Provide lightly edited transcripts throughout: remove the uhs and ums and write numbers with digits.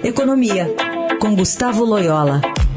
Economia, com Gustavo Loyola.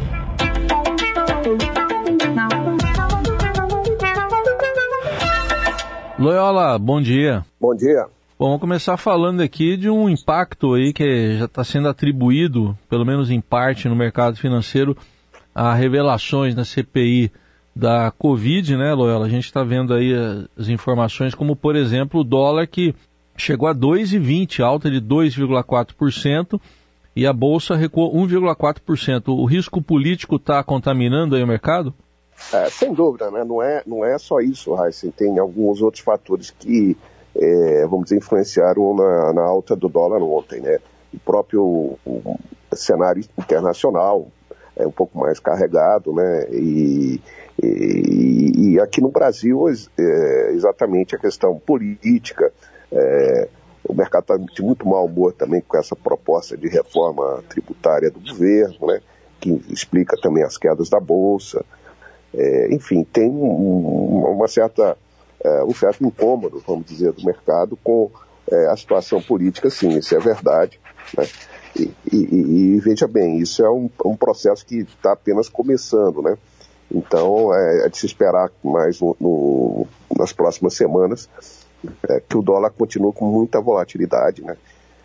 Loyola, bom dia. Bom dia. Bom, vamos começar falando aqui de um impacto aí que já está sendo atribuído, pelo menos em parte, no mercado financeiro, a revelações na CPI da Covid, né, Loyola? A gente está vendo aí as informações como, por exemplo, o dólar que chegou a 2,20, alta de 2,4%, e a Bolsa recuou 1,4%. O risco político está contaminando aí o mercado? Sem dúvida, né? Não é só isso, Raíssa. Tem alguns outros fatores que, vamos dizer, influenciaram na alta do dólar ontem, né? O próprio cenário internacional é um pouco mais carregado, né? E aqui no Brasil, exatamente a questão política, o mercado está de muito mau humor também com essa proposta de reforma tributária do governo, né? Que explica também as quedas da Bolsa. Enfim, tem um certo incômodo, vamos dizer, do mercado com a situação política, sim, isso é verdade, né? E veja bem, isso é um processo que está apenas começando, né? Então, é de se esperar mais nas próximas semanas que o dólar continue com muita volatilidade, né?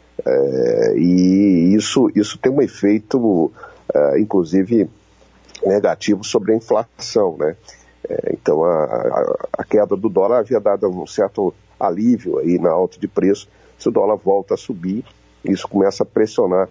E isso tem um efeito, inclusive, negativo sobre a inflação, né? Então a queda do dólar havia dado um certo alívio aí na alta de preço. Se o dólar volta a subir, isso começa a pressionar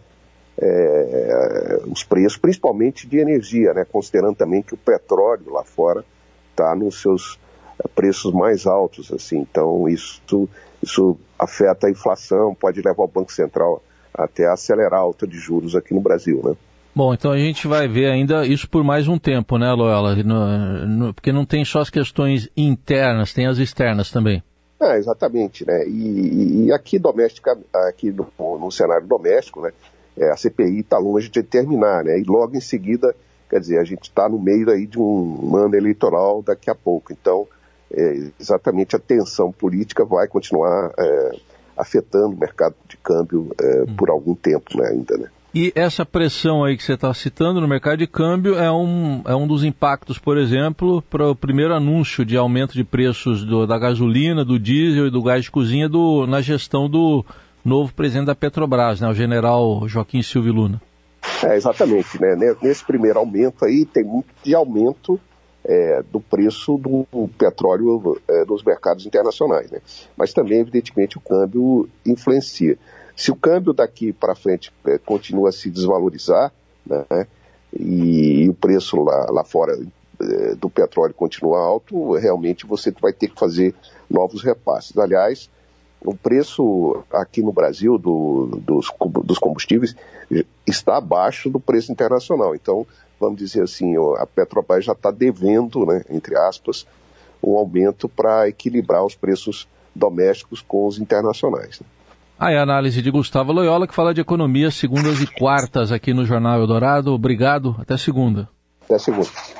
os preços, principalmente de energia, né? Considerando também que o petróleo lá fora está nos seus preços mais altos, assim. Então isso afeta a inflação, pode levar o Banco Central até a acelerar a alta de juros aqui no Brasil, né? Bom, então a gente vai ver ainda isso por mais um tempo, né, Loyola? Porque não tem só as questões internas, tem as externas também. Exatamente, né? E aqui no cenário doméstico, né, a CPI está longe de terminar, né? E logo em seguida, quer dizer, a gente está no meio aí de um ano eleitoral daqui a pouco. Então, exatamente a tensão política vai continuar afetando o mercado de câmbio por algum tempo, né, ainda, né? E essa pressão aí que você está citando no mercado de câmbio é um dos impactos, por exemplo, para o primeiro anúncio de aumento de preços da gasolina, do diesel e do gás de cozinha na gestão do novo presidente da Petrobras, né, o general Joaquim Silvio Luna. Exatamente, né? Nesse primeiro aumento aí tem muito de aumento do preço do petróleo nos mercados internacionais, né? Mas também, evidentemente, o câmbio influencia. Se o câmbio daqui para frente continua a se desvalorizar, né, e o preço lá fora do petróleo continua alto, realmente você vai ter que fazer novos repasses. Aliás, o preço aqui no Brasil dos combustíveis está abaixo do preço internacional. Então, vamos dizer assim, a Petrobras já está devendo, né, entre aspas, um aumento para equilibrar os preços domésticos com os internacionais, né? Aí a análise de Gustavo Loyola, que fala de economia segundas e quartas aqui no Jornal Eldorado. Obrigado, até segunda. Até segunda.